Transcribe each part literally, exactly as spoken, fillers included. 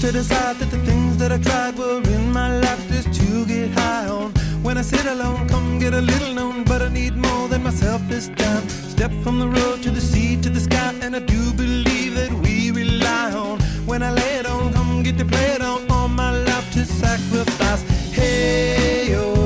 to decide that the things that I tried were in my life just to get high on. When I sit alone, come get a little known, but I need more than myself this time. Step from the road to the sea to the sky, and I do believe that we rely on. When I lay it on, come get to play it on, all my life to sacrifice. Hey, yo.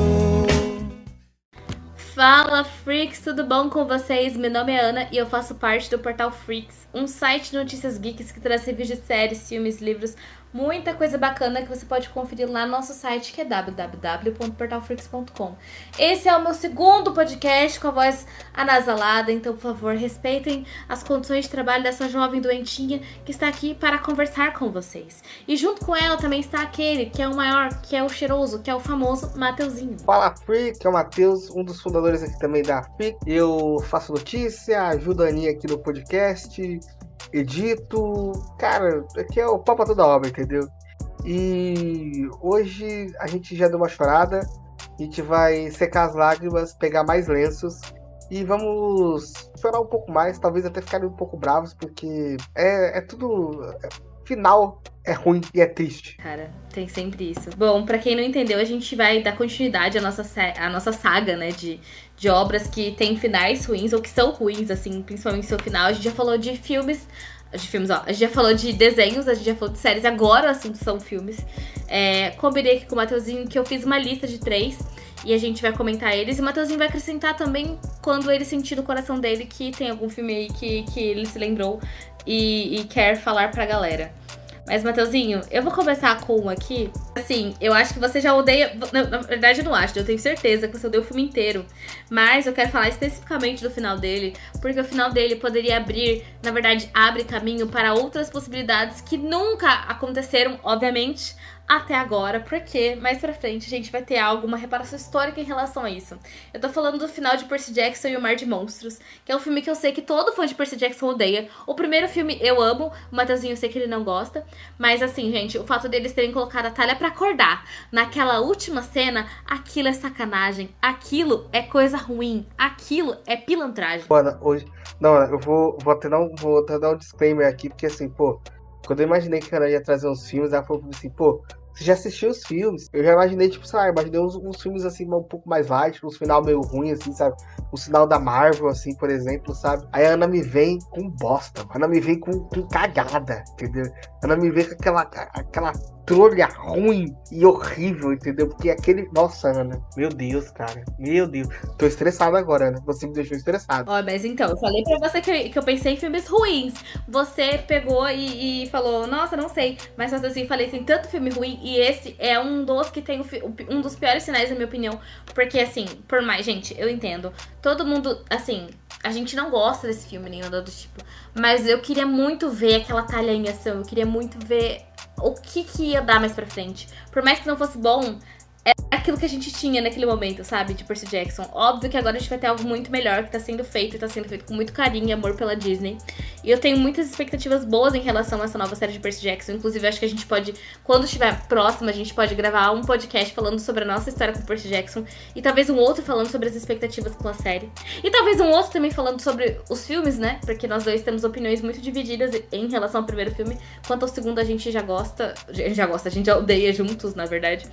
Fala, Freaks, tudo bom com vocês? Meu nome é Ana e eu faço parte do Portal Freaks, um site de notícias geeks que traz reviews de séries, filmes, livros, muita coisa bacana que você pode conferir lá no nosso site, que é w w w ponto portal freaks ponto com. Esse é o meu segundo podcast com a voz anasalada, então, por favor, respeitem as condições de trabalho dessa jovem doentinha que está aqui para conversar com vocês. E junto com ela também está aquele que é o maior, que é o cheiroso, que é o famoso Mateuzinho. Fala, Freak, que é o Matheus, um dos fundadores aqui também da Freak. Eu faço notícia, ajudo a Aninha aqui no podcast, edito, cara, aqui é o pau pra toda obra, entendeu? E hoje a gente já deu uma chorada, a gente vai secar as lágrimas, pegar mais lenços e vamos chorar um pouco mais, talvez até ficarem um pouco bravos, porque é, é tudo... É, final é ruim e é triste. Cara, tem sempre isso. Bom, pra quem não entendeu, a gente vai dar continuidade à nossa, à nossa saga, né, de, de obras que tem finais ruins, ou que são ruins, assim, principalmente seu final. A gente já falou de filmes, de filmes, ó, a gente já falou de desenhos, a gente já falou de séries, agora, assim, são filmes. É, combinei aqui com o Mateuzinho que eu fiz uma lista de três, e a gente vai comentar eles, e o Mateuzinho vai acrescentar também quando ele sentir no coração dele que tem algum filme aí que, que ele se lembrou e, e quer falar pra galera. Mas, Mateuzinho, eu vou começar com um aqui. Assim, eu acho que você já odeia... Na, na verdade, eu não acho. Eu tenho certeza que você odeia o filme inteiro. Mas eu quero falar especificamente do final dele, porque o final dele poderia abrir... Na verdade, abre caminho para outras possibilidades que nunca aconteceram, obviamente, até agora, porque mais pra frente a gente vai ter algo, uma reparação histórica em relação a isso. Eu tô falando do final de Percy Jackson e o Mar de Monstros, que é um filme que eu sei que todo fã de Percy Jackson odeia. O primeiro filme eu amo, o Mateuzinho eu sei que ele não gosta, mas assim, gente, o fato deles terem colocado a Talha pra acordar naquela última cena, aquilo é sacanagem, aquilo é coisa ruim, aquilo é pilantragem. Mano, hoje... Não, eu vou, vou, até dar um, vou até dar um disclaimer aqui, porque assim, pô... Quando eu imaginei que ela ia trazer uns filmes, ela falou assim, pô, você já assistiu os filmes? Eu já imaginei, tipo, sei lá, imaginei uns, uns filmes, assim, um pouco mais light, uns final meio ruim, assim, sabe? O final da Marvel, assim, por exemplo, sabe? Aí a Ana me vem com bosta, a Ana me vem com, com cagada, entendeu? A Ana me vem com aquela, aquela trolha ruim e horrível, entendeu? Porque aquele... Nossa, Ana, meu Deus, cara, meu Deus. Tô estressado agora, Ana, você me deixou estressado. Ó, mas então, eu falei pra você que eu, que eu pensei em filmes ruins. Você pegou e, e falou, nossa, não sei. Mas assim, falei, tem tanto filme ruim. E esse é um dos que tem o, um dos piores sinais, na minha opinião. Porque, assim, por mais, gente, eu entendo. Todo mundo, assim, a gente não gosta desse filme, nem nada do tipo. Mas eu queria muito ver aquela talha em ação. Eu queria muito ver o que, que ia dar mais pra frente. Por mais que não fosse bom, é aquilo que a gente tinha naquele momento, sabe? De Percy Jackson. Óbvio que agora a gente vai ter algo muito melhor que tá sendo feito. E tá sendo feito com muito carinho e amor pela Disney. E eu tenho muitas expectativas boas em relação a essa nova série de Percy Jackson. Inclusive, acho que a gente pode, quando estiver próximo, a gente pode gravar um podcast falando sobre a nossa história com Percy Jackson. E talvez um outro falando sobre as expectativas com a série. E talvez um outro também falando sobre os filmes, né? Porque nós dois temos opiniões muito divididas em relação ao primeiro filme. Quanto ao segundo, a gente já gosta... Já gosta, a gente já odeia juntos, na verdade.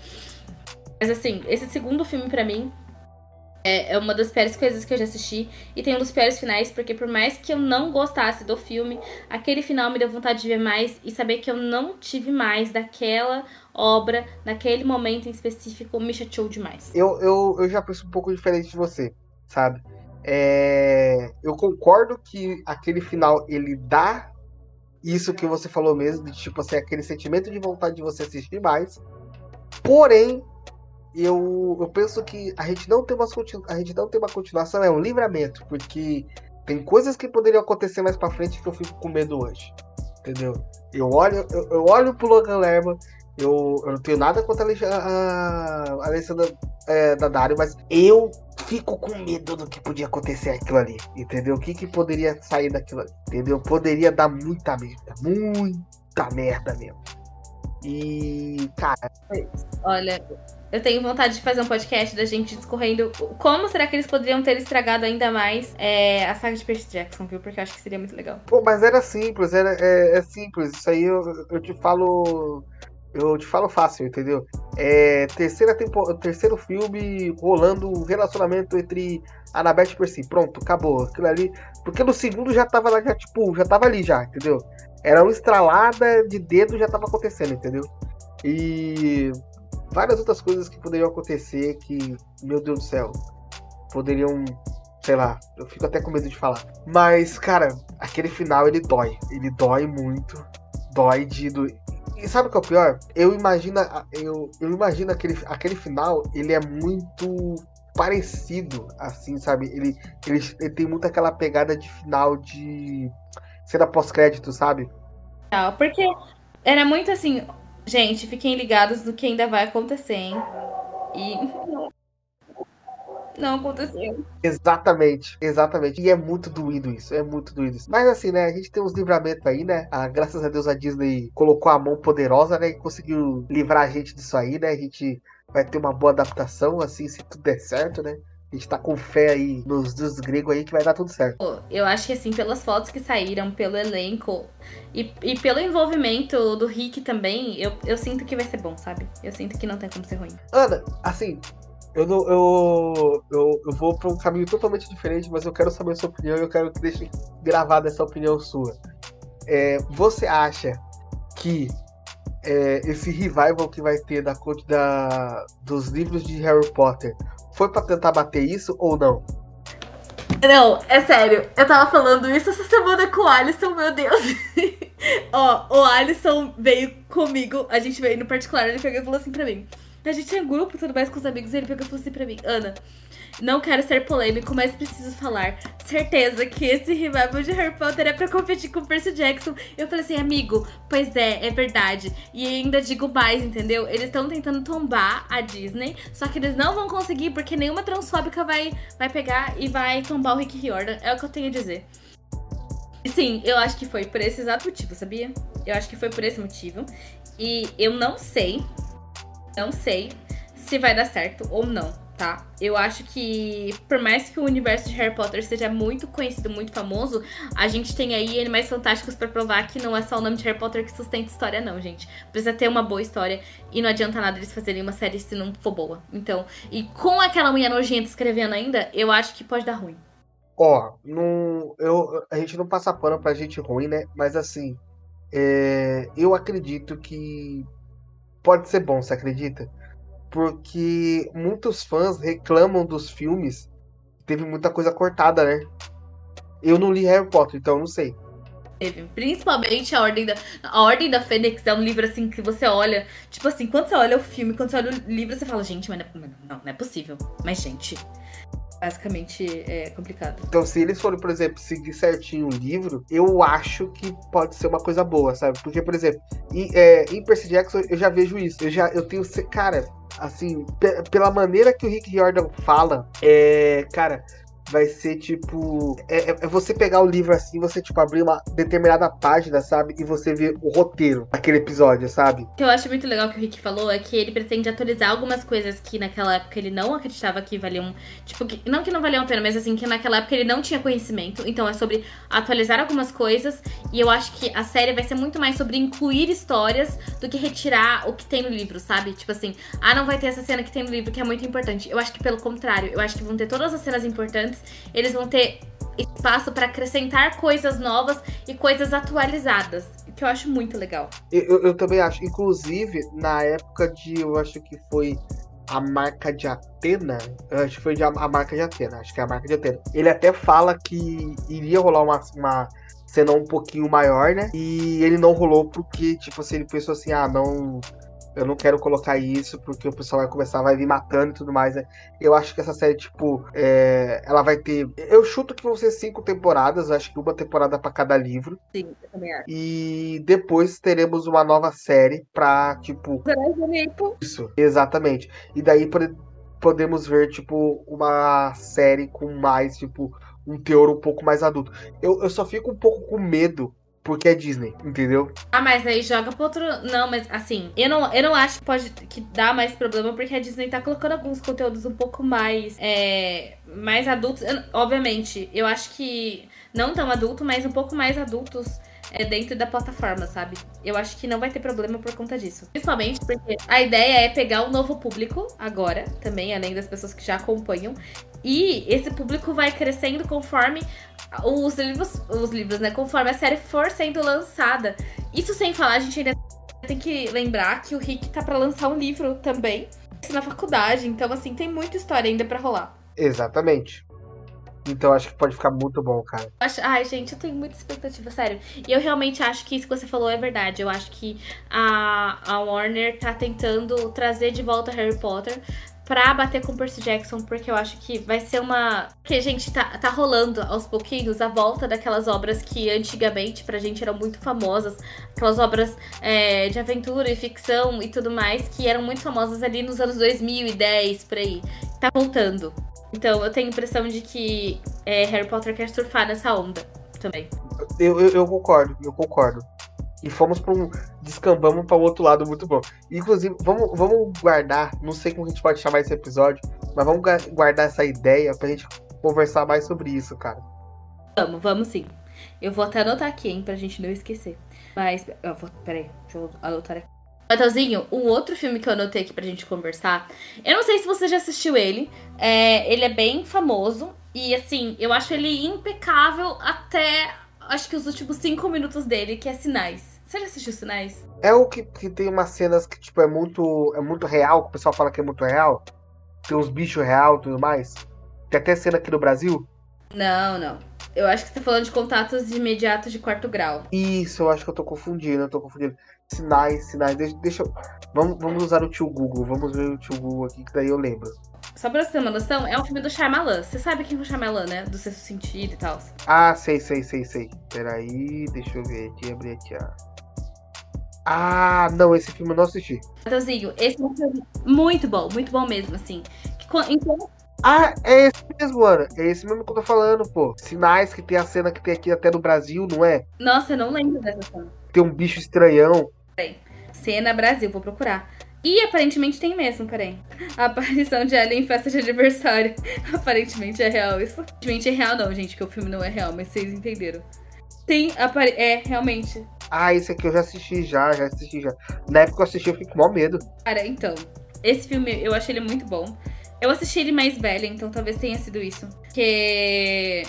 Mas assim, esse segundo filme pra mim é, é uma das piores coisas que eu já assisti. E tem um dos piores finais, porque por mais que eu não gostasse do filme, aquele final me deu vontade de ver mais. E saber que eu não tive mais daquela obra, naquele momento em específico, me chateou demais. Eu, eu, eu já penso um pouco diferente de você, sabe? É, eu concordo que aquele final, ele dá isso que você falou mesmo, de tipo assim, aquele sentimento de vontade de você assistir mais. Porém, Eu, eu penso que a gente, não tem uma, a gente não tem uma continuação, é um livramento, porque tem coisas que poderiam acontecer mais pra frente que eu fico com medo hoje, entendeu? Eu olho, eu, eu olho pro Logan Lerman, eu, eu não tenho nada contra a, a, a Alessandra é, Daddario, mas eu fico com medo do que podia acontecer aquilo ali, entendeu? O que, que poderia sair daquilo ali, entendeu? Poderia dar muita merda, muita merda mesmo. E, cara... Olha... Eu tenho vontade de fazer um podcast da gente discorrendo como será que eles poderiam ter estragado ainda mais é, a saga de Percy Jackson, viu? Porque eu acho que seria muito legal. Pô, mas era simples, era, é, é simples. Isso aí eu, eu te falo Eu te falo fácil, entendeu? É terceira tempo... terceiro filme rolando o relacionamento entre Annabeth e Percy. Pronto, acabou. Aquilo ali. Porque no segundo já tava lá, já, tipo, já tava ali já, entendeu? Era uma estralada de dedo já tava acontecendo, entendeu? E várias outras coisas que poderiam acontecer que, meu Deus do céu, poderiam, sei lá, eu fico até com medo de falar. Mas, cara, aquele final ele dói. Ele dói muito. Dói de. Do... E sabe o que é o pior? Eu imagino, eu, eu imagino aquele, aquele final, ele é muito parecido, assim, sabe? Ele, ele, ele tem muito aquela pegada de final de cena pós-crédito, sabe? Não, porque era muito assim, gente, fiquem ligados no que ainda vai acontecer, hein? E não aconteceu. Exatamente, exatamente. E é muito doído isso, é muito doído isso. Mas assim, né, a gente tem uns livramentos aí, né? Ah, graças a Deus a Disney colocou a mão poderosa, né? E conseguiu livrar a gente disso aí, né? A gente vai ter uma boa adaptação, assim, se tudo der certo, né? A gente tá com fé aí nos deuses gregos aí que vai dar tudo certo. Pô, eu acho que assim, pelas fotos que saíram, pelo elenco e, e pelo envolvimento do Rick também, eu, eu sinto que vai ser bom, sabe? Eu sinto que não tem como ser ruim. Ana, assim, eu, não, eu, eu, eu vou pra um caminho totalmente diferente, mas eu quero saber a sua opinião e eu quero que deixe gravada essa opinião sua. É, você acha que é, esse revival que vai ter da, da, dos livros de Harry Potter foi pra tentar bater isso ou não? Não, é sério. Eu tava falando isso essa semana com o Alisson, meu Deus. Ó, o Alisson veio comigo, a gente veio no particular, ele pegou e falou assim pra mim. A gente tem grupo, tudo mais com os amigos, e ele pegou e falou assim pra mim, Ana, não quero ser polêmico, mas preciso falar. Certeza que esse revival de Harry Potter é pra competir com o Percy Jackson. Eu falei assim, amigo, pois é, é verdade. E ainda digo mais, entendeu? Eles estão tentando tombar a Disney, só que eles não vão conseguir porque nenhuma transfóbica vai, vai pegar e vai tombar o Rick Riordan. É o que eu tenho a dizer. E sim, eu acho que foi por esse exato motivo, sabia? Eu acho que foi por esse motivo. E eu não sei, não sei se vai dar certo ou não. Tá? Eu acho que, por mais que o universo de Harry Potter seja muito conhecido, muito famoso, a gente tem aí Animais Fantásticos pra provar que não é só o nome de Harry Potter que sustenta história, não, gente. Precisa ter uma boa história e não adianta nada eles fazerem uma série se não for boa. Então, e com aquela mulher nojenta escrevendo ainda, eu acho que pode dar ruim. Ó, não, eu, a gente não passa pano pra gente ruim, né? Mas assim, é, eu acredito que pode ser bom, você acredita? Porque muitos fãs reclamam dos filmes. Teve muita coisa cortada, né? Eu não li Harry Potter, então eu não sei. Teve. Principalmente a Ordem da... A Ordem da Fênix é um livro, assim, que você olha... Tipo assim, quando você olha o filme, quando você olha o livro, você fala... Gente, mas não, não, não é possível. Mas, gente... Basicamente, é complicado. Então, se eles forem, por exemplo, seguir certinho o livro, eu acho que pode ser uma coisa boa, sabe? Porque, por exemplo, em, é, em Percy Jackson, eu já vejo isso. Eu já, eu tenho... Cara, assim, p- pela maneira que o Rick Riordan fala, é... Cara... Vai ser tipo. É, é você pegar o livro assim, você tipo abrir uma determinada página, sabe? E você ver o roteiro daquele episódio, sabe? O que eu acho muito legal que o Rick falou é que ele pretende atualizar algumas coisas que naquela época ele não acreditava que valiam. Tipo, que, não que não valiam a pena, mas assim, que naquela época ele não tinha conhecimento. Então é sobre atualizar algumas coisas. E eu acho que a série vai ser muito mais sobre incluir histórias do que retirar o que tem no livro, sabe? Tipo assim, ah, não vai ter essa cena que tem no livro, que é muito importante. Eu acho que pelo contrário, eu acho que vão ter todas as cenas importantes. Eles vão ter espaço para acrescentar coisas novas e coisas atualizadas, que eu acho muito legal. Eu, eu, eu também acho. Inclusive, na época de, eu acho que foi a marca de Atena, eu acho que foi de, a, a marca de Atena, acho que é a marca de Atena. Ele até fala que iria rolar uma, uma cena um pouquinho maior, né? E ele não rolou porque, tipo assim, ele pensou assim, ah, não... Eu não quero colocar isso porque o pessoal vai começar, vai vir matando e tudo mais, né? Eu acho que essa série, tipo, é, ela vai ter... Eu chuto que vão ser cinco temporadas, acho que uma temporada pra cada livro. Sim, eu também acho. E depois teremos uma nova série pra, tipo... Isso, exatamente. E daí pode- podemos ver, tipo, uma série com mais, tipo, um teor um pouco mais adulto. Eu, eu só fico um pouco com medo porque é Disney, entendeu? Ah, mas aí joga pro outro... Não, mas assim, eu não, eu não acho que pode que dá mais problema, porque a Disney tá colocando alguns conteúdos um pouco mais, é, mais adultos. Eu- obviamente, eu acho que não tão adulto, mas um pouco mais adultos é, dentro da plataforma, sabe? Eu acho que não vai ter problema por conta disso. Principalmente porque a ideia é pegar um novo público agora, também, além das pessoas que já acompanham. E esse público vai crescendo conforme os livros, os livros, né? Conforme a série for sendo lançada. Isso sem falar, a gente ainda tem que lembrar que o Rick tá pra lançar um livro também. Isso na faculdade. Então, assim, tem muita história ainda pra rolar. Exatamente. Então acho que pode ficar muito bom, cara. Acho, ai, gente, eu tenho muita expectativa, sério. E eu realmente acho que isso que você falou é verdade. Eu acho que a, a Warner tá tentando trazer de volta Harry Potter pra bater com o Percy Jackson, porque eu acho que vai ser uma... Porque, gente, tá, tá rolando aos pouquinhos a volta daquelas obras que antigamente pra gente eram muito famosas. Aquelas obras é, de aventura e ficção e tudo mais, que eram muito famosas ali nos anos dois mil e dez, por aí. Tá voltando. Então, eu tenho a impressão de que é, Harry Potter quer surfar nessa onda também. Eu, eu, eu concordo, eu concordo. E fomos para um... Descambamos para o outro lado muito bom. Inclusive, vamos, vamos guardar... Não sei como a gente pode chamar esse episódio, mas vamos guardar essa ideia pra gente conversar mais sobre isso, cara. Vamos, vamos sim. Eu vou até anotar aqui, hein, pra gente não esquecer. Mas, eu vou, peraí, deixa eu anotar aqui. Matheusinho, um outro filme que eu anotei aqui pra gente conversar, eu não sei se você já assistiu ele, é, ele é bem famoso e assim, eu acho ele impecável até, acho que os últimos cinco minutos dele, que é Sinais. Você já assistiu Sinais? É o que, que tem umas cenas que tipo é muito, é muito real, que o pessoal fala que é muito real, tem uns bichos real e tudo mais, tem até cena aqui no Brasil. Não, não. Eu acho que você tá falando de Contatos Imediatos de Quarto Grau. Isso, eu acho que eu tô confundindo, eu tô confundindo. Sinais, sinais, deixa, deixa eu... Vamos, vamos usar o tio Google, vamos ver o tio Google aqui, que daí eu lembro. Só pra você ter uma noção, é um filme do Shyamalan. Você sabe quem é o Shyamalan, né? Do Sexto Sentido e tal. Ah, sei, sei, sei, sei. Peraí, deixa eu ver aqui, abrir aqui, ó. Ah, não, esse filme eu não assisti. Matheusinho, esse é um filme muito bom, muito bom mesmo, assim. Então... Ah, é esse mesmo, Ana. É esse mesmo que eu tô falando, pô. Sinais, que tem a cena que tem aqui até no Brasil, não é? Nossa, eu não lembro dessa cena. Tem um bicho estranhão. Peraí. Cena Brasil, vou procurar. E aparentemente tem mesmo, peraí. A aparição de Alien em festa de aniversário. Aparentemente é real isso. Aparentemente é real não, gente, porque o filme não é real, mas vocês entenderam. Tem, apare... é, realmente. Ah, esse aqui eu já assisti já, já assisti já. Na época que eu assisti eu fiquei com maior medo. Cara, então, esse filme eu achei ele muito bom. Eu assisti ele mais velha, então talvez tenha sido isso. Porque...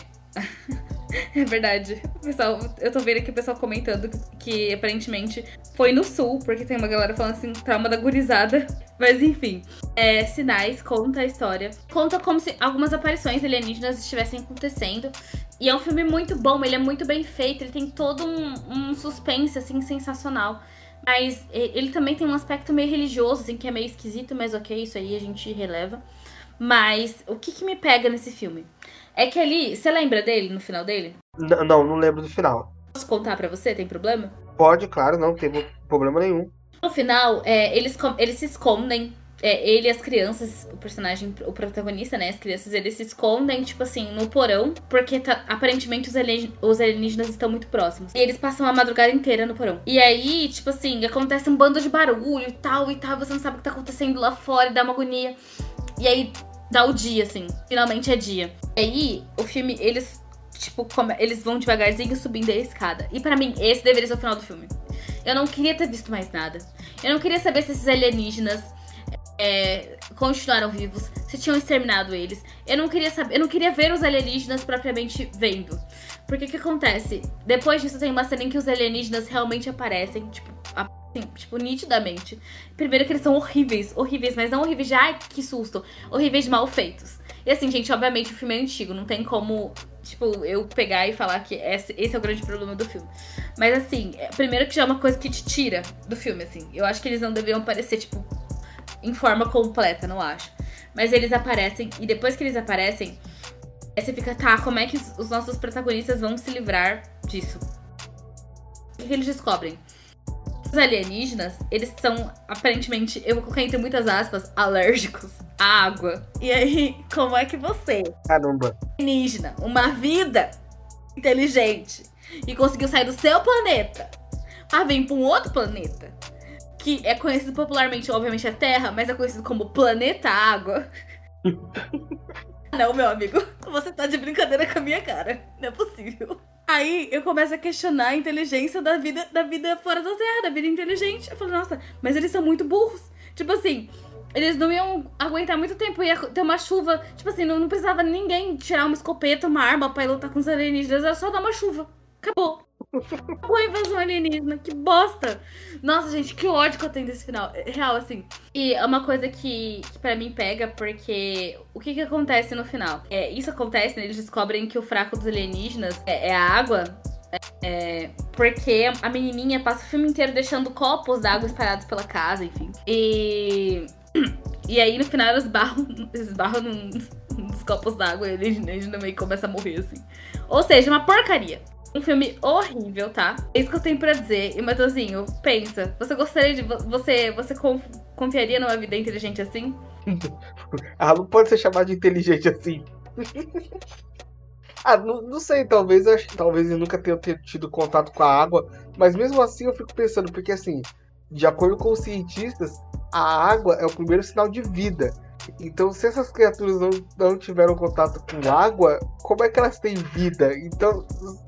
É verdade. O pessoal, eu tô vendo aqui o pessoal comentando que aparentemente foi no sul, porque tem uma galera falando assim, trauma da gurizada. Mas enfim, é, Sinais conta a história. Conta como se algumas aparições alienígenas estivessem acontecendo. E é um filme muito bom, ele é muito bem feito, ele tem todo um, um suspense, assim, sensacional. Mas ele também tem um aspecto meio religioso, assim, que é meio esquisito, mas ok, isso aí a gente releva. Mas o que que me pega nesse filme? É que ali, você lembra dele, no final dele? N- não, não lembro do final. Posso contar pra você? Tem problema? Pode, claro, não tem problema nenhum. No final, é, eles, eles se escondem, é, ele e as crianças, o personagem, o protagonista, né, as crianças, eles se escondem, tipo assim, no porão, porque tá, aparentemente os, alien, os alienígenas estão muito próximos. E eles passam a madrugada inteira no porão. E aí, tipo assim, acontece um bando de barulho e tal, e tal, você não sabe o que tá acontecendo lá fora, e dá uma agonia. E aí, dá o dia, assim, finalmente é dia. E aí, o filme, eles, tipo, come, eles vão devagarzinho subindo a escada. E pra mim, esse deveria ser o final do filme. Eu não queria ter visto mais nada. Eu não queria saber se esses alienígenas é, continuaram vivos, se tinham exterminado eles. Eu não queria saber, eu não queria ver os alienígenas propriamente vendo. Porque o que acontece? Depois disso tem uma cena em que os alienígenas realmente aparecem, tipo, assim, tipo, nitidamente. Primeiro que eles são horríveis, horríveis, mas não horríveis de ai, que susto. Horríveis de mal feitos. E assim, gente, obviamente o filme é antigo, não tem como, tipo, eu pegar e falar que esse, esse é o grande problema do filme. Mas assim, é, primeiro que já é uma coisa que te tira do filme, assim. Eu acho que eles não deveriam aparecer, tipo, em forma completa, não acho. Mas eles aparecem, e depois que eles aparecem, aí você fica, tá, como é que os nossos protagonistas vão se livrar disso? O que eles descobrem? Os alienígenas, eles são, aparentemente, eu vou colocar entre muitas aspas, alérgicos à água. E aí, como é que você, Caramba. alienígena, uma vida inteligente, e conseguiu sair do seu planeta pra vir pra um outro planeta, que é conhecido popularmente, obviamente, a Terra, mas é conhecido como Planeta Água. Não, meu amigo, você tá de brincadeira com a minha cara. Não é possível. Aí eu começo a questionar a inteligência da vida, da vida fora da Terra, da vida inteligente. Eu falo, nossa, mas eles são muito burros. Tipo assim, eles não iam aguentar muito tempo, ia ter uma chuva. Tipo assim, não, não precisava ninguém tirar uma escopeta, uma arma pra ir lutar com os alienígenas. Era só dar uma chuva. Acabou. Acabou a invasão alienígena. Que bosta. Nossa, gente, que ódio que eu tenho desse final. Real, assim. E é uma coisa que, que pra mim pega, porque o que que acontece no final? É, isso acontece, né? Eles descobrem que o fraco dos alienígenas é, é a água. É, porque a menininha passa o filme inteiro deixando copos d'água espalhados pela casa, enfim. E... E aí, no final, eles esbarram, eles esbarram num, nos copos d'água e ele, ele meio começa a morrer, assim. Ou seja, uma porcaria. Um filme horrível, tá? É isso que eu tenho pra dizer. E, Matheusinho, pensa. Você gostaria de... Você, você confiaria numa vida inteligente assim? Ah, não pode ser chamado de inteligente assim. Ah, não, não sei, talvez eu acho, talvez eu nunca tenha tido contato com a água, mas mesmo assim eu fico pensando, porque assim, de acordo com os cientistas, a água é o primeiro sinal de vida. Então, se essas criaturas não, não tiveram contato com água, como é que elas têm vida? Então,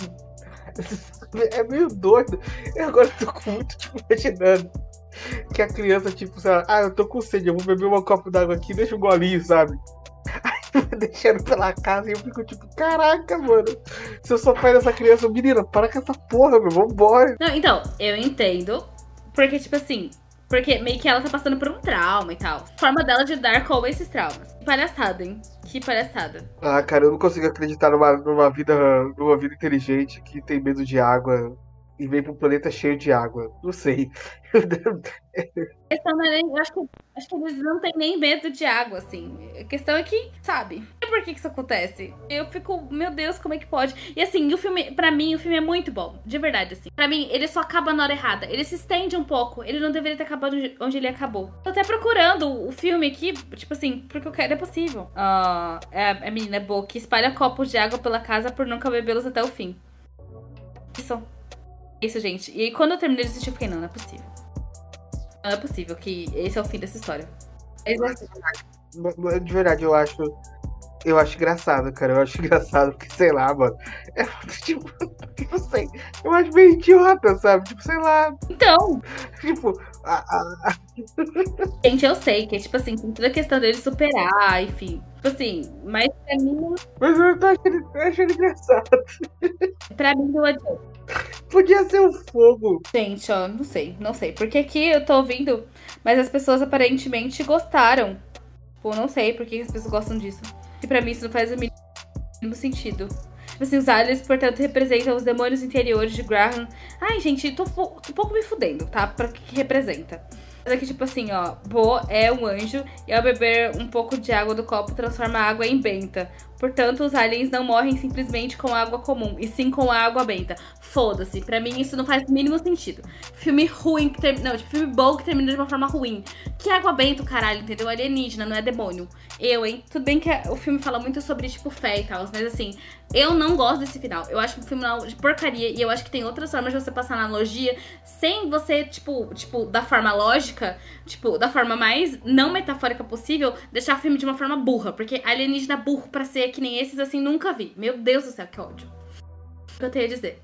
é meio doido. Eu agora tô muito tipo, imaginando que a criança, tipo, sei lá, ah, eu tô com sede, eu vou beber um copo d'água aqui, deixa um golinho, sabe? Deixando pela casa e eu fico tipo, caraca, mano. Se eu sou pai dessa criança, menina, para com essa porra, meu, vambora. Não, então, eu entendo. Porque, tipo assim, porque meio que ela tá passando por um trauma e tal. Forma dela de lidar com esses traumas. Que palhaçada, hein? Que palhaçada. Ah, cara, eu não consigo acreditar numa, numa vida, numa vida inteligente que tem medo de água e vem pra um planeta cheio de água. Não sei. A questão não é nem, eu acho que, acho que eles não têm nem medo de água, assim. A questão é que, sabe? E por que que isso acontece? Eu fico, meu Deus, como é que pode? E assim, o filme, pra mim, o filme é muito bom. De verdade, assim. Pra mim, ele só acaba na hora errada. Ele se estende um pouco. Ele não deveria ter acabado onde ele acabou. Tô até procurando o filme aqui, tipo assim, porque eu quero, é possível. Ah, é a menina boa que espalha copos de água pela casa por nunca bebê-los até o fim. Isso. Isso, gente. E aí, quando eu terminei de assistir, eu fiquei, não, não é possível. Não é possível que esse é o fim dessa história. De verdade, eu acho. Eu acho engraçado, cara. Eu acho engraçado, porque, sei lá, mano. É tipo, não sei. Eu acho meio idiota, sabe? Tipo, sei lá. Então. Tipo, a, a... Gente, eu sei que, tipo assim, tem toda a questão dele superar, enfim. Tipo assim, mas pra mim. Mas eu tô achando, eu achando engraçado. Pra mim não adianta. Podia ser o fogo. Gente, ó, não sei, não sei. Porque aqui eu tô ouvindo, mas as pessoas aparentemente gostaram. Tipo, não sei por que as pessoas gostam disso. E pra mim isso não faz o mínimo sentido. Tipo assim, os aliens, portanto, representam os demônios interiores de Graham. Ai, gente, tô, tô um pouco me fudendo, tá? Pra que que representa. Mas aqui, tipo assim, ó, Bo é um anjo e ao beber um pouco de água do copo transforma a água em benta. Portanto, os aliens não morrem simplesmente com água comum, e sim com a água benta. Foda-se, pra mim isso não faz o mínimo sentido. Filme ruim que termina. Não, tipo, filme bom que termina de uma forma ruim. Que água benta, caralho, entendeu? Alienígena, não é demônio. Eu, hein? Tudo bem que o filme fala muito sobre, tipo, fé e tal, mas assim, eu não gosto desse final. Eu acho um final de porcaria e eu acho que tem outras formas de você passar analogia sem você, tipo, tipo, da forma lógica, tipo, da forma mais não metafórica possível, deixar o filme de uma forma burra. Porque alienígena burro pra ser que nem esses, assim, nunca vi. Meu Deus do céu, que ódio. O que eu tenho a dizer?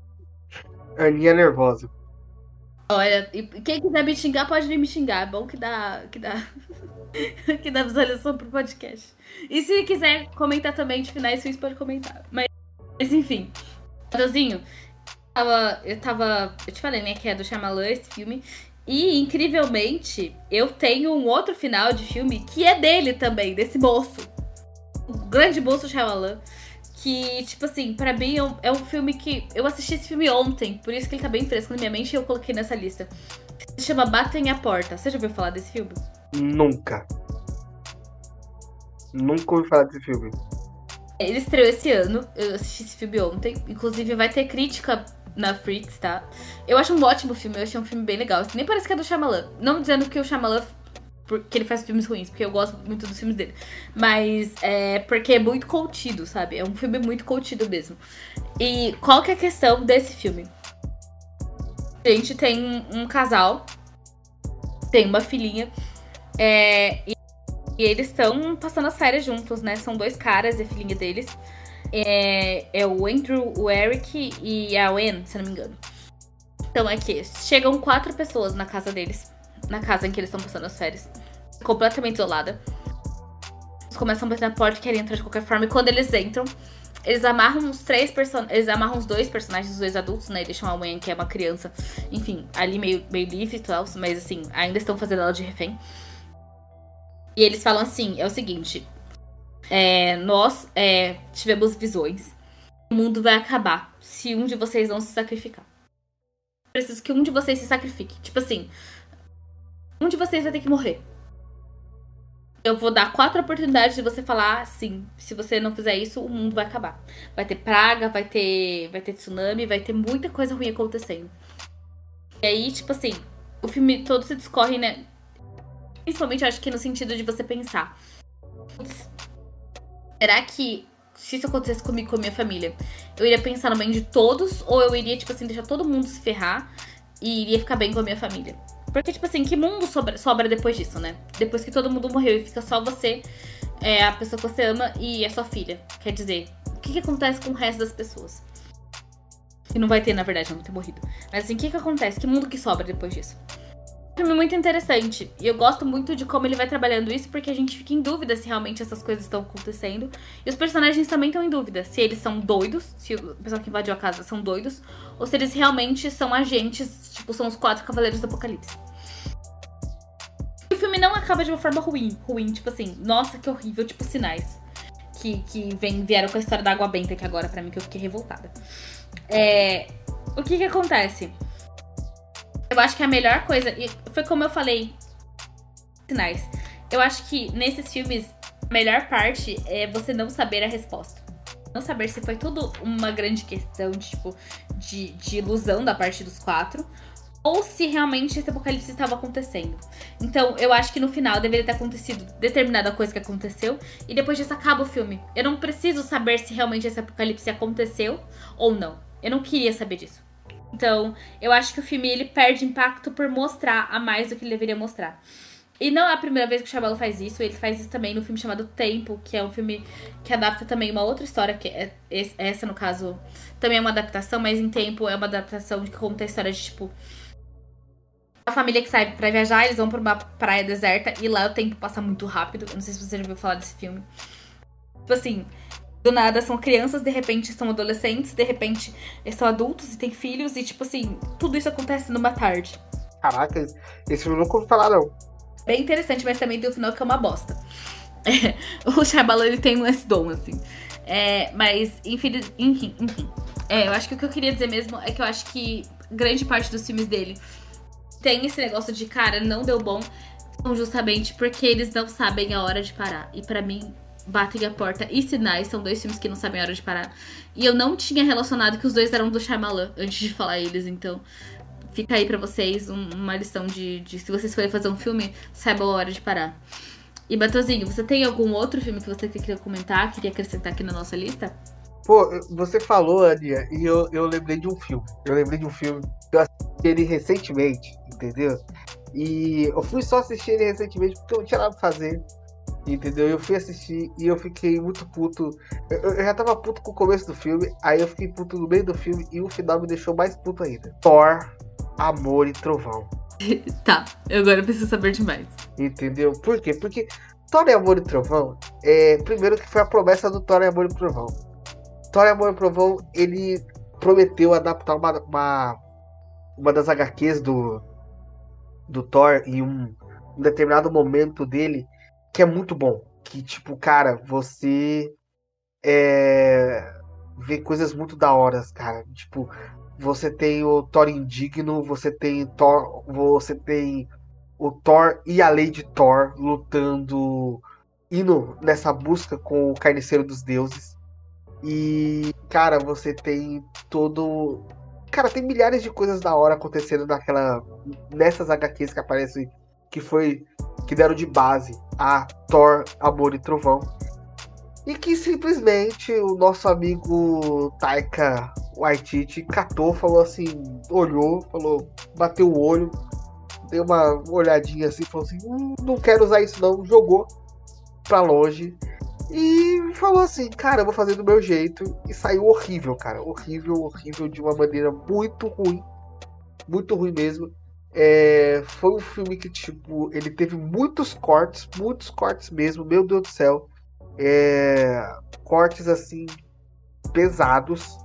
Aninha nervosa. Olha, e quem quiser me xingar, pode vir me xingar. É bom que dá, que dá, que dá visualização pro podcast. E se quiser comentar também de finais, vocês podem comentar. Mas, mas enfim. Matheusinho, eu tava, eu tava... Eu te falei, né, que é do Shyamalan esse filme. E, incrivelmente, eu tenho um outro final de filme que é dele também, desse moço. O grande moço Shyamalan. Que, tipo assim, pra mim é um, é um filme que... Eu assisti esse filme ontem, por isso que ele tá bem fresco na minha mente e eu coloquei nessa lista. Se chama Batem a Porta. Você já ouviu falar desse filme? Nunca. Nunca ouvi falar desse filme. Ele estreou esse ano, eu assisti esse filme ontem. Inclusive vai ter crítica na Freaks, tá? Eu acho um ótimo filme, eu achei um filme bem legal. Nem parece que é do Shyamalan. Não dizendo que o Shyamalan... porque ele faz filmes ruins, porque eu gosto muito dos filmes dele. Mas é porque é muito contido, sabe? É um filme muito contido mesmo. E qual que é a questão desse filme? A gente tem um, um casal, tem uma filhinha, é, e, e eles estão passando as férias juntos, né? São dois caras e a filhinha deles. É, é o Andrew, o Eric e a Wen, se não me engano. Então é que chegam quatro pessoas na casa deles. Na casa em que eles estão passando as férias. Completamente isolada. Eles começam a bater na porta e querem entrar de qualquer forma. E quando eles entram, eles amarram os três personagens. Eles amarram os dois personagens, os dois adultos, né? E deixam a Wen, que é uma criança, enfim, ali meio, meio livre e tal. Mas assim, ainda estão fazendo ela de refém. E eles falam assim, é o seguinte. É, nós é, tivemos visões. O mundo vai acabar se um de vocês não se sacrificar. Preciso que um de vocês se sacrifique. Tipo assim, um de vocês vai ter que morrer. Eu vou dar quatro oportunidades de você falar assim. Se você não fizer isso, o mundo vai acabar. Vai ter praga, vai ter, vai ter tsunami, vai ter muita coisa ruim acontecendo. E aí, tipo assim, o filme todo se discorre, né? Principalmente, eu acho que no sentido de você pensar. Putz, será que se isso acontecesse comigo, com a minha família, eu iria pensar no bem de todos? Ou eu iria, tipo assim, deixar todo mundo se ferrar e iria ficar bem com a minha família? Porque, tipo assim, que mundo sobra, sobra depois disso, né? Depois que todo mundo morreu e fica só você, é, a pessoa que você ama e a sua filha. Quer dizer, o que, que acontece com o resto das pessoas? Que não vai ter, na verdade, não ter morrido. Mas assim, o que, que acontece? Que mundo que sobra depois disso? É um filme muito interessante. E eu gosto muito de como ele vai trabalhando isso, porque a gente fica em dúvida se realmente essas coisas estão acontecendo. E os personagens também estão em dúvida. Se eles são doidos, se o pessoal que invadiu a casa são doidos, ou se eles realmente são agentes, tipo, são os quatro cavaleiros do Apocalipse. E o filme não acaba de uma forma ruim. Ruim, tipo assim, nossa, que horrível, tipo Sinais. Que, que vem, vieram com a história da água benta aqui agora pra mim, que eu fiquei revoltada. É, o que que acontece? Eu acho que a melhor coisa, e foi como eu falei, Sinais. Eu acho que nesses filmes, a melhor parte é você não saber a resposta. Não saber se foi tudo uma grande questão de, tipo, de, de ilusão da parte dos quatro, ou se realmente esse apocalipse estava acontecendo. Então, eu acho que no final deveria ter acontecido determinada coisa que aconteceu, e depois disso acaba o filme. Eu não preciso saber se realmente esse apocalipse aconteceu ou não. Eu não queria saber disso. Então, eu acho que o filme ele perde impacto por mostrar a mais do que ele deveria mostrar. E não é a primeira vez que o Shyamalan faz isso. Ele faz isso também no filme chamado Tempo, que é um filme que adapta também uma outra história, que é essa, no caso, também é uma adaptação, mas em Tempo é uma adaptação que conta a história de, tipo, a família que sai pra viajar, eles vão pra uma praia deserta e lá o tempo passa muito rápido. Eu não sei se você já ouviu falar desse filme. Tipo assim, do nada são crianças, de repente são adolescentes, de repente são adultos e têm filhos, e tipo assim, tudo isso acontece numa tarde. Caraca, esse filme eu nunca ouvi falar, não. Bem interessante, mas também tem o final que é uma bosta. É, o Shyamalan, ele tem esse dom, assim. É, mas, enfim, enfim, enfim. É, eu acho que o que eu queria dizer mesmo é que eu acho que grande parte dos filmes dele tem esse negócio de, cara, não deu bom, justamente porque eles não sabem a hora de parar. E pra mim, Batem a Porta e Sinais são dois filmes que não sabem a hora de parar. E eu não tinha relacionado que os dois eram do Shyamalan antes de falar eles, então fica aí pra vocês um, uma lição de, de se vocês forem fazer um filme, saibam a hora de parar. E Batozinho, você tem algum outro filme que você queria comentar, queria acrescentar aqui na nossa lista? Pô, você falou, Aninha, e eu, eu lembrei de um filme. Eu lembrei de um filme que eu assisti ele recentemente, entendeu? E eu fui só assistir ele recentemente porque eu não tinha nada pra fazer. Entendeu? Eu fui assistir e eu fiquei muito puto. Eu, eu já tava puto com o começo do filme, aí eu fiquei puto no meio do filme e o final me deixou mais puto ainda. Thor, Amor e Trovão. Tá, eu agora preciso saber demais. Entendeu? Por quê? Porque Thor, Amor e Trovão, é, primeiro que foi a promessa do Thor, Amor e Trovão. Thor, Amor e Trovão, ele prometeu adaptar uma, uma, uma das agá quês do, do Thor em um, um determinado momento dele, que é muito bom. Que, tipo, cara, você é, vê coisas muito da hora, cara. Tipo, você tem o Thor indigno, você tem Thor, você tem o Thor e a Lady Thor lutando, indo nessa busca com o Carniceiro dos Deuses. E, cara, você tem todo... Cara, tem milhares de coisas da hora acontecendo naquela... nessas agá quês que aparecem, que foi... que deram de base a Thor, Amor e Trovão. E que simplesmente o nosso amigo Taika Waititi catou, falou assim, olhou, falou, bateu o olho, deu uma olhadinha assim, falou assim, hum, não quero usar isso não, jogou pra longe. E falou assim, cara, eu vou fazer do meu jeito. E saiu horrível, cara. Horrível, horrível, de uma maneira muito ruim. Muito ruim mesmo. É, foi um filme que, tipo, ele teve muitos cortes, muitos cortes mesmo, meu Deus do céu. É, cortes, assim, pesados.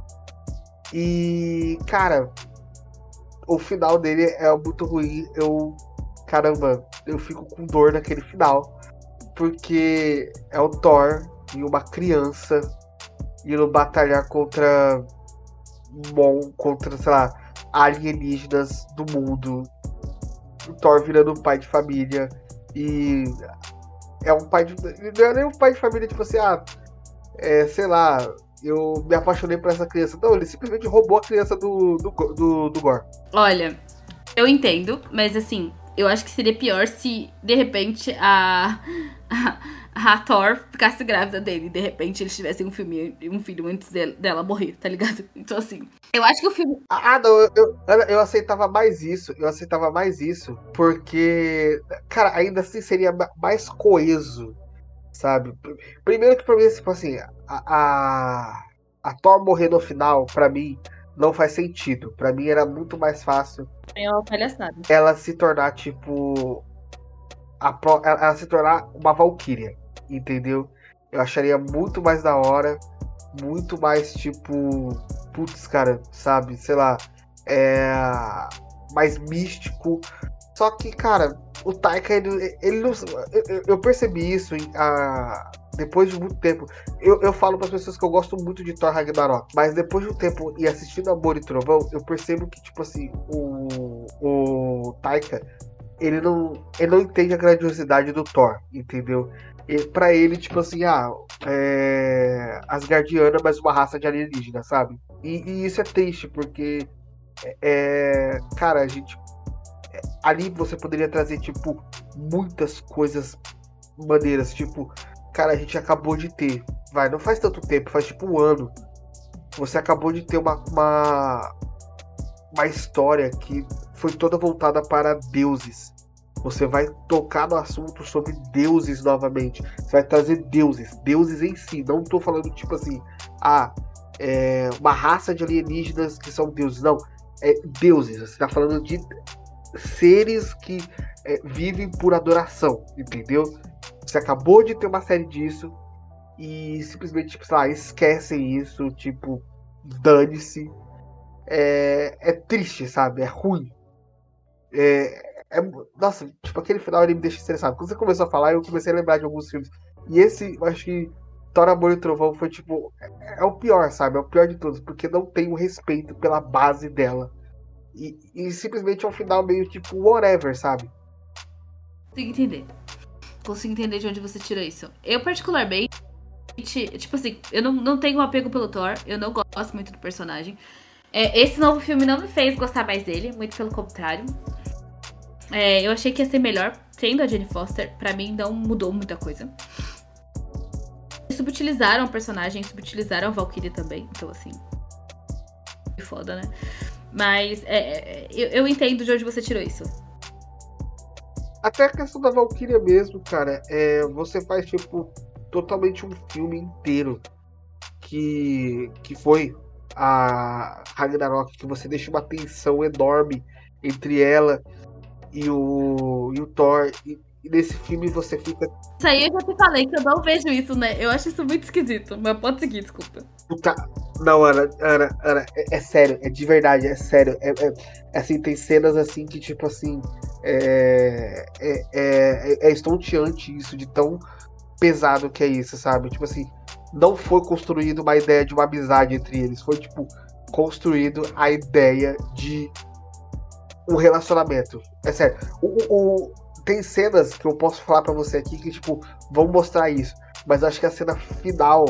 E, cara, o final dele é muito ruim. Eu, caramba, eu fico com dor naquele final. Porque é o Thor e uma criança indo batalhar contra mon, contra, sei lá, alienígenas do mundo. O Thor virando um pai de família. E é um pai de. Não é nem um pai de família, tipo assim, ah, é, sei lá, eu me apaixonei por essa criança. Não, ele simplesmente roubou a criança do, do, do, do Gore. Olha, eu entendo, mas assim, eu acho que seria pior se, de repente, a, a, a Thor ficasse grávida dele. De repente, eles tivessem um, filme, um filho antes dela, dela morrer, tá ligado? Então, assim, eu acho que o filme... Ah, não, eu, eu, eu aceitava mais isso. Eu aceitava mais isso, porque, cara, ainda assim seria mais coeso, sabe? Primeiro que pra mim, tipo assim, a, a, a Thor morrer no final, pra mim, não faz sentido. Pra mim era muito mais fácil É uma palhaçada. ela se tornar, tipo. A pro, ela, ela se tornar uma Valkyria, entendeu? Eu acharia muito mais da hora, muito mais, tipo. Putz, cara, sabe? Sei lá. É. Mais místico. Só que, cara, o Taika, ele, ele não. Eu, eu percebi isso em, a, depois de muito tempo. Eu, eu falo para as pessoas que eu gosto muito de Thor Ragnarok, mas depois de um tempo e assistindo Amor e Trovão, eu percebo que, tipo assim, o, o Taika, ele não, ele não entende a grandiosidade do Thor, entendeu? E pra ele, tipo assim, ah, é. Asgardiana, mas uma raça de alienígena, sabe? E, e isso é triste, porque. É, cara, a gente. Ali você poderia trazer, tipo, muitas coisas maneiras. Tipo, cara, a gente acabou de ter. Vai, não faz tanto tempo, faz tipo um ano. Você acabou de ter uma, uma, uma história que foi toda voltada para deuses. Você vai tocar no assunto sobre deuses novamente. Você vai trazer deuses, deuses em si. Não tô falando tipo assim, ah, é uma raça de alienígenas que são deuses. Não, é deuses. Você tá falando de seres que é, vivem por adoração, entendeu? Você acabou de ter uma série disso e simplesmente, tipo, sei lá, esquecem isso, tipo, dane-se. É, é triste, sabe? É ruim. É, é, nossa, tipo, aquele final ele me deixa estressado. Quando você começou a falar, eu comecei a lembrar de alguns filmes. E esse, eu acho que Thor, Amor e Trovão foi, tipo, é, é o pior, sabe? É o pior de todos, porque não tem o respeito pela base dela. E, e simplesmente é um final meio tipo whatever, sabe? Consigo entender. Consigo entender de onde você tirou isso. Eu, particularmente, tipo assim, eu não, não tenho um apego pelo Thor. Eu não gosto muito do personagem. É, esse novo filme não me fez gostar mais dele, muito pelo contrário. É, eu achei que ia ser melhor tendo a Jane Foster. Pra mim, não mudou muita coisa. Subutilizaram o personagem, subutilizaram a Valkyria também. Então, assim, foda, né? Mas é, eu, eu entendo de onde você tirou isso. Até a questão da Valkyria mesmo, cara. É, você faz, tipo, totalmente um filme inteiro que, que foi a Ragnarok, que você deixa uma tensão enorme entre ela e o, e o Thor. E, e nesse filme você fica. Isso aí eu já te falei que eu não vejo isso, né? Eu acho isso muito esquisito. Mas pode seguir, desculpa. Puta, não, Ana, Ana, Ana, é, é sério, é de verdade, é sério. É, é, assim, tem cenas assim que, tipo assim, é, é, é, é estonteante isso, de tão pesado que é isso, sabe? Tipo assim, não foi construído uma ideia de uma amizade entre eles, foi, tipo, construído a ideia de um relacionamento. É sério. O, o, tem cenas que eu posso falar pra você aqui que, tipo, vão mostrar isso, mas acho que a cena final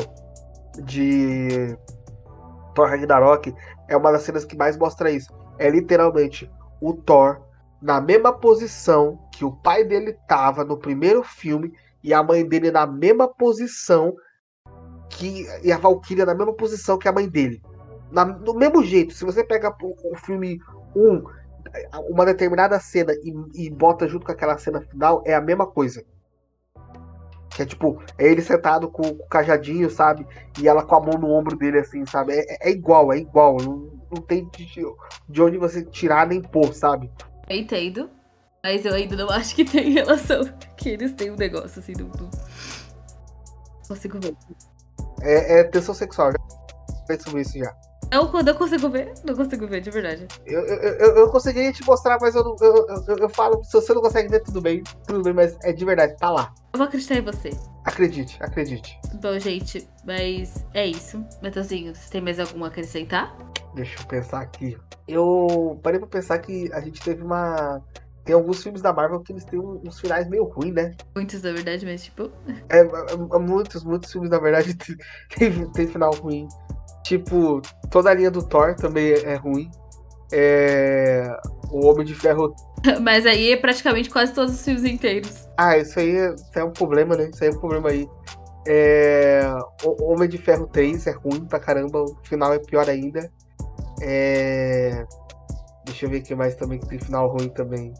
de Thor Ragnarok é uma das cenas que mais mostra isso. É literalmente o Thor na mesma posição que o pai dele tava no primeiro filme e a mãe dele na mesma posição que e a Valkyria na mesma posição que a mãe dele. Na, do mesmo jeito, se você pega o, o filme um, uma determinada cena e, e bota junto com aquela cena final, é a mesma coisa. Que é tipo, é ele sentado com, com o cajadinho, sabe? E ela com a mão no ombro dele, assim, sabe? É, é igual, é igual. Não, não tem de, de onde você tirar nem pôr, sabe? Eu entendo. Mas eu ainda não acho que tem relação. Que eles têm um negócio assim, não, não consigo ver. É, é tensão sexual, já penso sobre isso já. Eu, quando eu consigo ver, não consigo ver, de verdade. Eu, eu, eu, eu conseguiria te mostrar, mas eu, não- eu, eu, eu falo, se você não consegue ver, tudo bem, tudo bem, mas é de verdade, tá lá. Eu vou acreditar em você. Acredite, acredite. Bom, gente, mas é isso. Matheusinho, você tem mais alguma a acrescentar? Deixa eu pensar aqui. Eu parei pra pensar que a gente teve uma. Tem alguns filmes da Marvel que eles têm um- uns finais meio ruins, né? Muitos, na verdade, mas tipo. É, é, é, muitos, muitos filmes, na verdade, tem, tem final ruim. Tipo, toda a linha do Thor também é, é ruim. É, o Homem de Ferro. Mas aí é praticamente quase todos os filmes inteiros. Ah, isso aí, é, isso aí é um problema, né? Isso aí é um problema aí. É, o Homem de Ferro três é ruim pra caramba, o final é pior ainda. É, deixa eu ver o que mais também que tem final ruim também.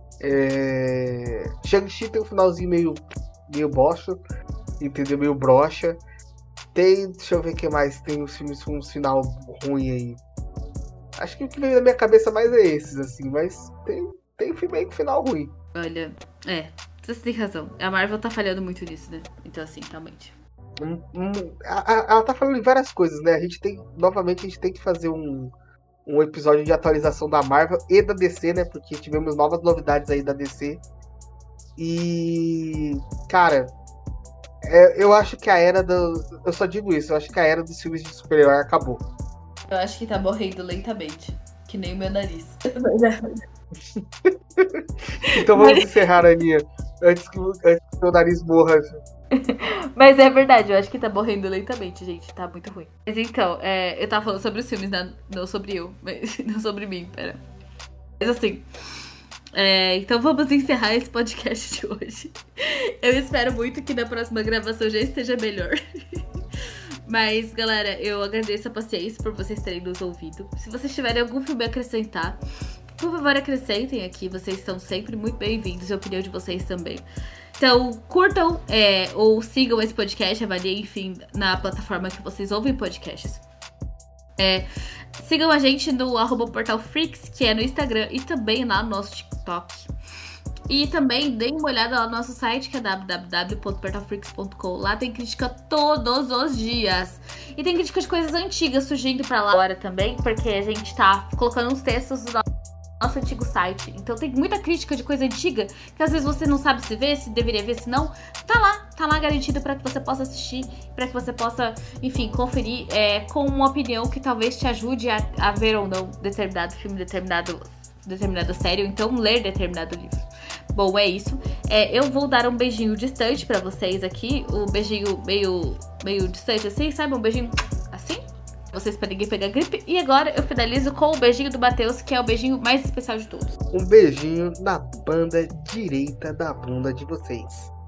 É, Shang-Chi tem um finalzinho meio, meio bosta, entendeu? Meio broxa. Tem, deixa eu ver o que mais tem uns filmes com um final ruim aí. Acho que o que veio na minha cabeça mais é esses, assim, mas tem, tem filme aí com final ruim. Olha, é, você tem razão. A Marvel tá falhando muito nisso, né? Então, assim, realmente. Hum, hum, a- a- ela tá falando em várias coisas, né? A gente tem, novamente, a gente tem que fazer um, um episódio de atualização da Marvel e da D C, né? Porque tivemos novas novidades aí da D C. E, cara, é, eu acho que a era do. Eu só digo isso, eu acho que a era dos filmes de super-herói acabou. Eu acho que tá morrendo lentamente. Que nem o meu nariz. Então vamos Mas- encerrar, Aninha, antes que, o- antes que o meu nariz morra. Mas é verdade, eu acho que tá morrendo lentamente, gente. Tá muito ruim. Mas então, é, eu tava falando sobre os filmes, né? Não sobre eu, mas não sobre mim, pera. Mas assim. é, então vamos encerrar esse podcast de hoje. Eu espero muito que na próxima gravação já esteja melhor. Mas, galera, eu agradeço a paciência por vocês terem nos ouvido. Se vocês tiverem algum filme a acrescentar, por favor, acrescentem aqui. Vocês estão sempre muito bem-vindos. A opinião de vocês também. Então, curtam é, ou sigam esse podcast, avaliem, enfim, na plataforma que vocês ouvem podcasts. É, sigam a gente no arroba portalfreaks, que é no Instagram, e também lá no nosso TikTok. E também deem uma olhada lá no nosso site, que é w w w ponto portalfreaks ponto com. Lá tem crítica todos os dias. E tem crítica de coisas antigas surgindo pra lá agora também, porque a gente tá colocando uns textos do nosso antigo site. Então tem muita crítica de coisa antiga, que às vezes você não sabe se vê, se deveria ver, se não. Tá lá, tá lá garantido pra que você possa assistir, pra que você possa, enfim, conferir é, com uma opinião que talvez te ajude a, a ver ou não determinado filme, determinado, determinada série, ou então ler determinado livro. Bom, é isso. É, eu vou dar um beijinho distante pra vocês aqui. Um beijinho meio, meio distante assim, sabe? Um beijinho assim. Vocês pra ninguém pegar gripe. E agora eu finalizo com o beijinho do Matheus, que é o beijinho mais especial de todos. Um beijinho na banda direita da bunda de vocês.